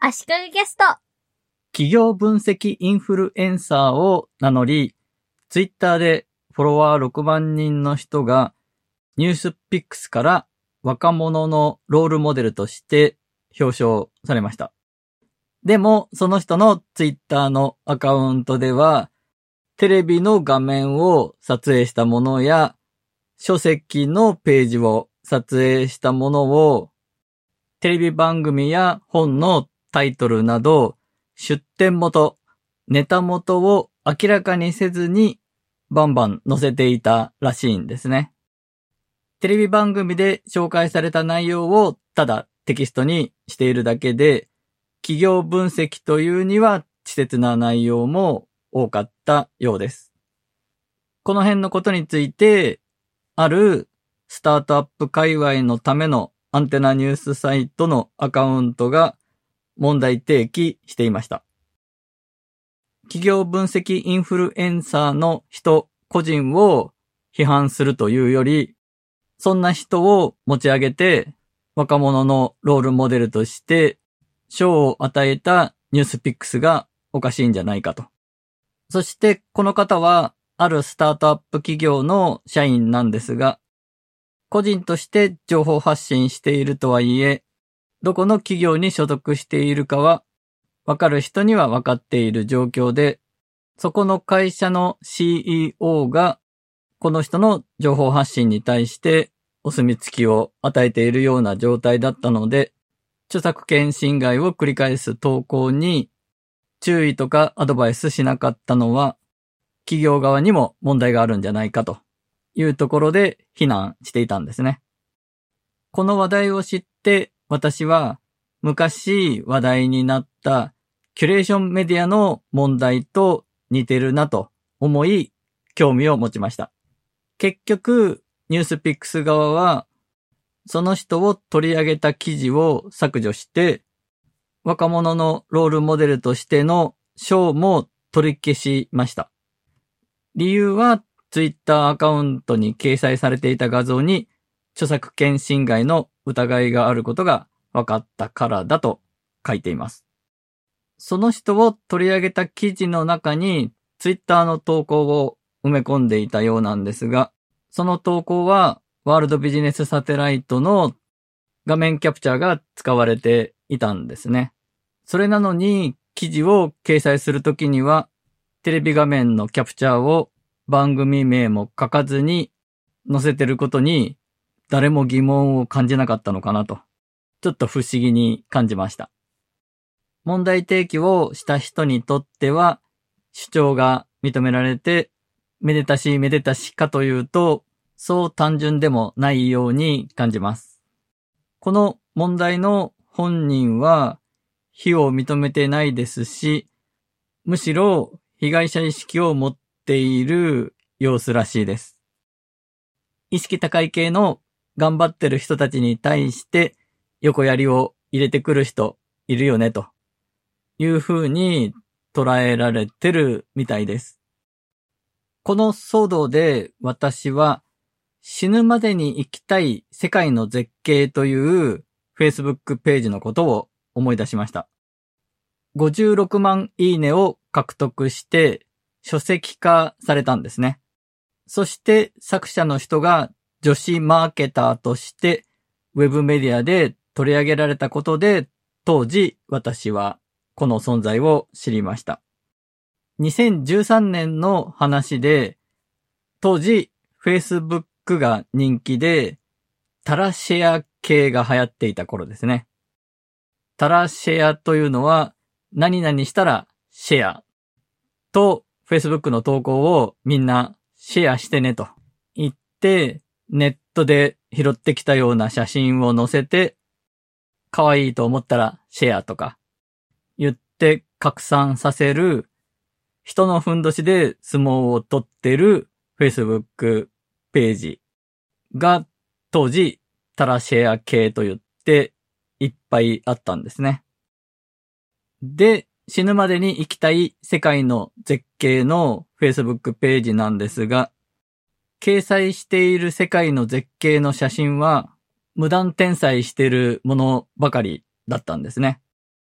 足利ゲスト。 企業分析インフルエンサーを名乗り、ツイッターでフォロワー6万人の人がニュースピックスから若者のロールモデルとして表彰されました。でも、その人のツイッターのアカウントでは、テレビの画面を撮影したものや、書籍のページを撮影したものを、テレビ番組や本のタイトルなど、出典元、ネタ元を明らかにせずに、バンバン載せていたらしいんですね。テレビ番組で紹介された内容をただテキストにしているだけで、企業分析というには稚拙な内容も多かったようです。この辺のことについて、あるスタートアップ界隈のためのアンテナニュースサイトのアカウントが問題提起していました。企業分析インフルエンサーの人個人を批判するというより、そんな人を持ち上げて若者のロールモデルとして賞を与えたニュースピックスがおかしいんじゃないかと。そしてこの方はあるスタートアップ企業の社員なんですが、個人として情報発信しているとはいえ、どこの企業に所属しているかはわかる人にはわかっている状況で、そこの会社の CEO がこの人の情報発信に対してお墨付きを与えているような状態だったので、著作権侵害を繰り返す投稿に注意とかアドバイスしなかったのは企業側にも問題があるんじゃないかというところで非難していたんですね。この話題を知って私は昔話題になったキュレーションメディアの問題と似てるなと思い興味を持ちました。結局ニュースピックス側はその人を取り上げた記事を削除して、若者のロールモデルとしての賞も取り消しました。理由はツイッターアカウントに掲載されていた画像に著作権侵害の疑いがあることが分かったからだと書いています。その人を取り上げた記事の中にツイッターの投稿を埋め込んでいたようなんですが、その投稿はワールドビジネスサテライトの画面キャプチャーが使われていたんですね。それなのに記事を掲載するときにはテレビ画面のキャプチャーを番組名も書かずに載せてることに誰も疑問を感じなかったのかなと、ちょっと不思議に感じました。問題提起をした人にとっては主張が認められてめでたしめでたしかというとそう単純でもないように感じます。この問題の本人は非を認めてないですし、むしろ被害者意識を持っている様子らしいです。意識高い系の頑張ってる人たちに対して横槍を入れてくる人いるよねという風に捉えられてるみたいです。この騒動で私は死ぬまでに行きたい世界の絶景という Facebook ページのことを思い出しました。56万いいねを獲得して書籍化されたんですね。そして作者の人が女子マーケターとしてウェブメディアで取り上げられたことで当時私はこの存在を知りました。2013年の話で当時 Facebookが人気でタラシェア系が流行っていた頃ですね。タラシェアというのは何々したらシェアと Facebook の投稿をみんなシェアしてねと言ってネットで拾ってきたような写真を載せて可愛いと思ったらシェアとか言って拡散させる人のふんどしで相撲を取ってる Facebook ページが当時タラシェア系と言っていっぱいあったんですね。で、死ぬまでに行きたい世界の絶景の Facebook ページなんですが、掲載している世界の絶景の写真は無断転載しているものばかりだったんですね。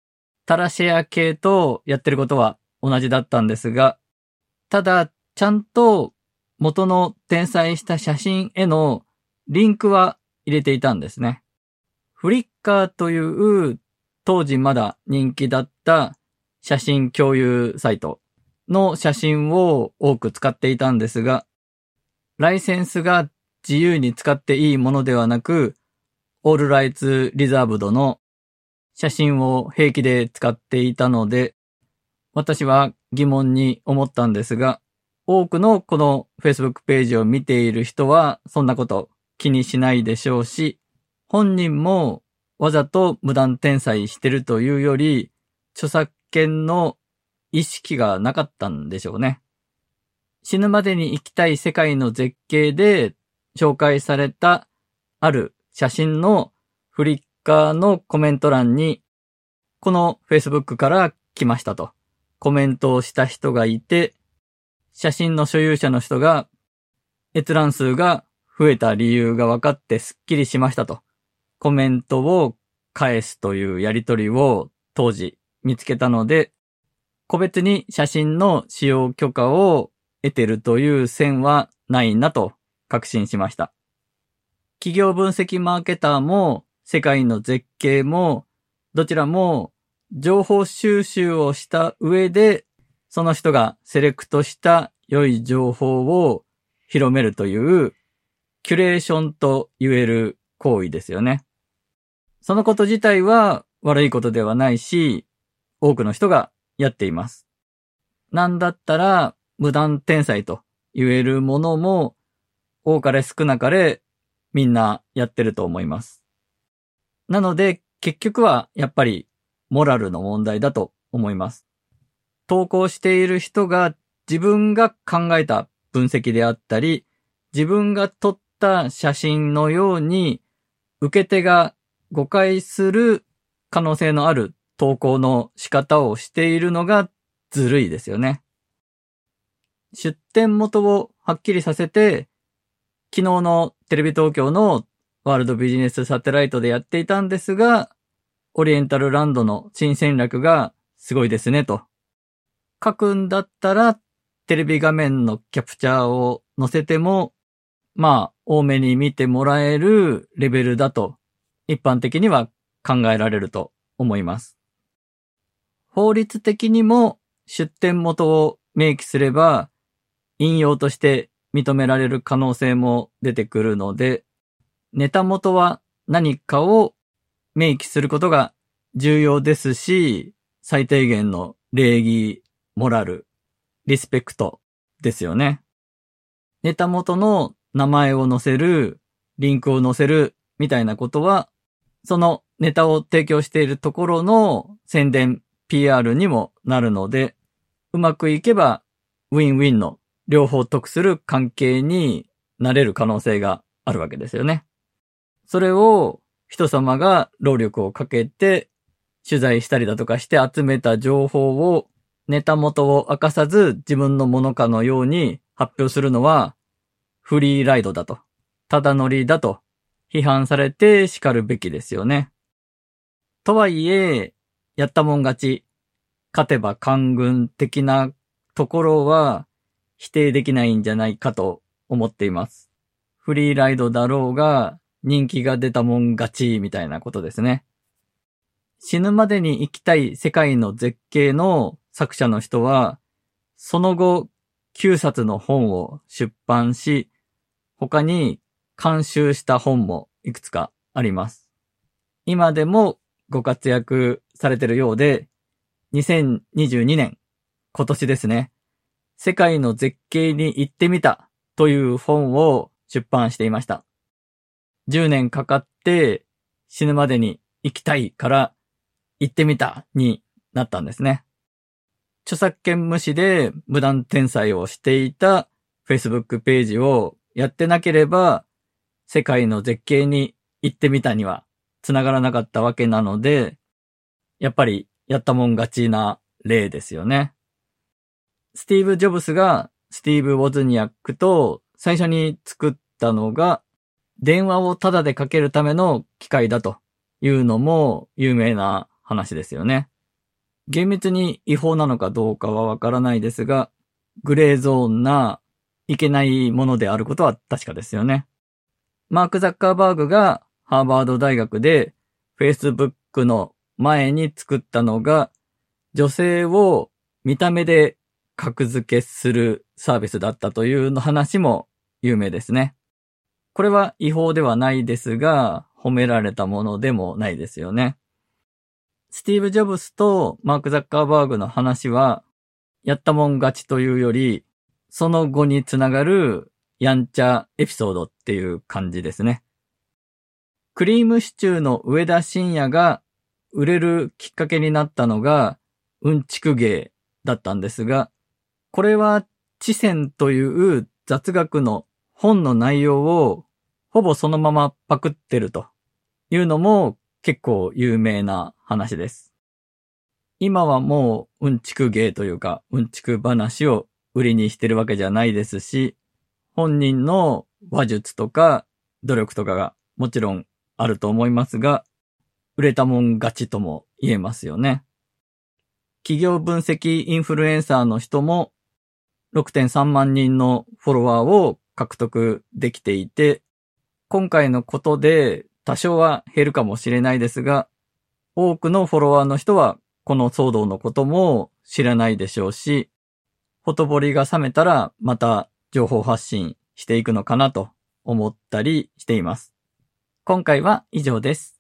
タラシェア系とやってることは同じだったんですが、ただ、ちゃんと元の転載した写真へのリンクは入れていたんですね。フリッカーという当時まだ人気だった写真共有サイトの写真を多く使っていたんですが、ライセンスが自由に使っていいものではなく、オールライツリザーブドの写真を平気で使っていたので、私は疑問に思ったんですが、多くのこの Facebook ページを見ている人はそんなこと気にしないでしょうし、本人もわざと無断転載してるというより、著作権の意識がなかったんでしょうね。死ぬまでに行きたい世界の絶景で紹介されたある写真のフリッカーのコメント欄に、この Facebook から来ましたとコメントをした人がいて、写真の所有者の人が閲覧数が増えた理由が分かってスッキリしましたとコメントを返すというやり取りを当時見つけたので、個別に写真の使用許可を得てるという線はないなと確信しました。企業分析マーケターも世界の絶景もどちらも情報収集をした上でその人がセレクトした良い情報を広めるというキュレーションと言える行為ですよね。そのこと自体は悪いことではないし、多くの人がやっています。なんだったら無断転載と言えるものも多かれ少なかれみんなやってると思います。なので結局はやっぱりモラルの問題だと思います。投稿している人が自分が考えた分析であったり、自分が撮った写真のように受け手が誤解する可能性のある投稿の仕方をしているのがずるいですよね。出典元をはっきりさせて、昨日のテレビ東京のワールドビジネスサテライトでやっていたんですが、オリエンタルランドの新戦略がすごいですねと。書くんだったらテレビ画面のキャプチャーを載せても、多めに見てもらえるレベルだと一般的には考えられると思います。法律的にも出典元を明記すれば引用として認められる可能性も出てくるので、ネタ元は何かを明記することが重要ですし、最低限の礼儀、モラル、リスペクトですよね。ネタ元の名前を載せる、リンクを載せるみたいなことは、そのネタを提供しているところの宣伝、PR にもなるので、うまくいけばウィンウィンの両方得する関係になれる可能性があるわけですよね。それを人様が労力をかけて取材したりだとかして集めた情報をネタ元を明かさず自分のものかのように発表するのはフリーライドだと、ただ乗りだと批判されて叱るべきですよね。とはいえ、やったもん勝ち、勝てば官軍的なところは否定できないんじゃないかと思っています。フリーライドだろうが人気が出たもん勝ちみたいなことですね。死ぬまでに行きたい世界の絶景の作者の人は、その後9冊の本を出版し、他に監修した本もいくつかあります。今でもご活躍されているようで、2022年、今年ですね、世界の絶景に行ってみたという本を出版していました。10年かかって死ぬまでに行きたいから行ってみたになったんですね。著作権無視で無断転載をしていた Facebook ページをやってなければ世界の絶景に行ってみたには繋がらなかったわけなので、やっぱりやったもん勝ちな例ですよね。スティーブ・ジョブスがスティーブ・ウォズニアックと最初に作ったのが電話をタダでかけるための機械だというのも有名な話ですよね。 厳密に違法なのかどうかはわからないですが、グレーゾーンないけないものであることは確かですよね。マーク・ザッカーバーグがハーバード大学で Facebook の前に作ったのが、女性を見た目で格付けするサービスだったというの話も有名ですね。これは違法ではないですが、褒められたものでもないですよね。スティーブ・ジョブズとマーク・ザッカーバーグの話は、やったもん勝ちというより、その後につながるやんちゃエピソードっていう感じですね。クリームシチューの上田晋也が売れるきっかけになったのが、うんちく芸だったんですが、これは知線という雑学の本の内容をほぼそのままパクってるというのも結構有名な話です。今はもううんちく芸というかうんちく話を売りにしてるわけじゃないですし、本人の話術とか努力とかがもちろんあると思いますが、売れたもん勝ちとも言えますよね。企業分析インフルエンサーの人も 6.3 万人のフォロワーを獲得できていて、今回のことで多少は減るかもしれないですが、多くのフォロワーの人はこの騒動のことも知らないでしょうし、ほとぼりが冷めたらまた情報発信していくのかなと思ったりしています。今回は以上です。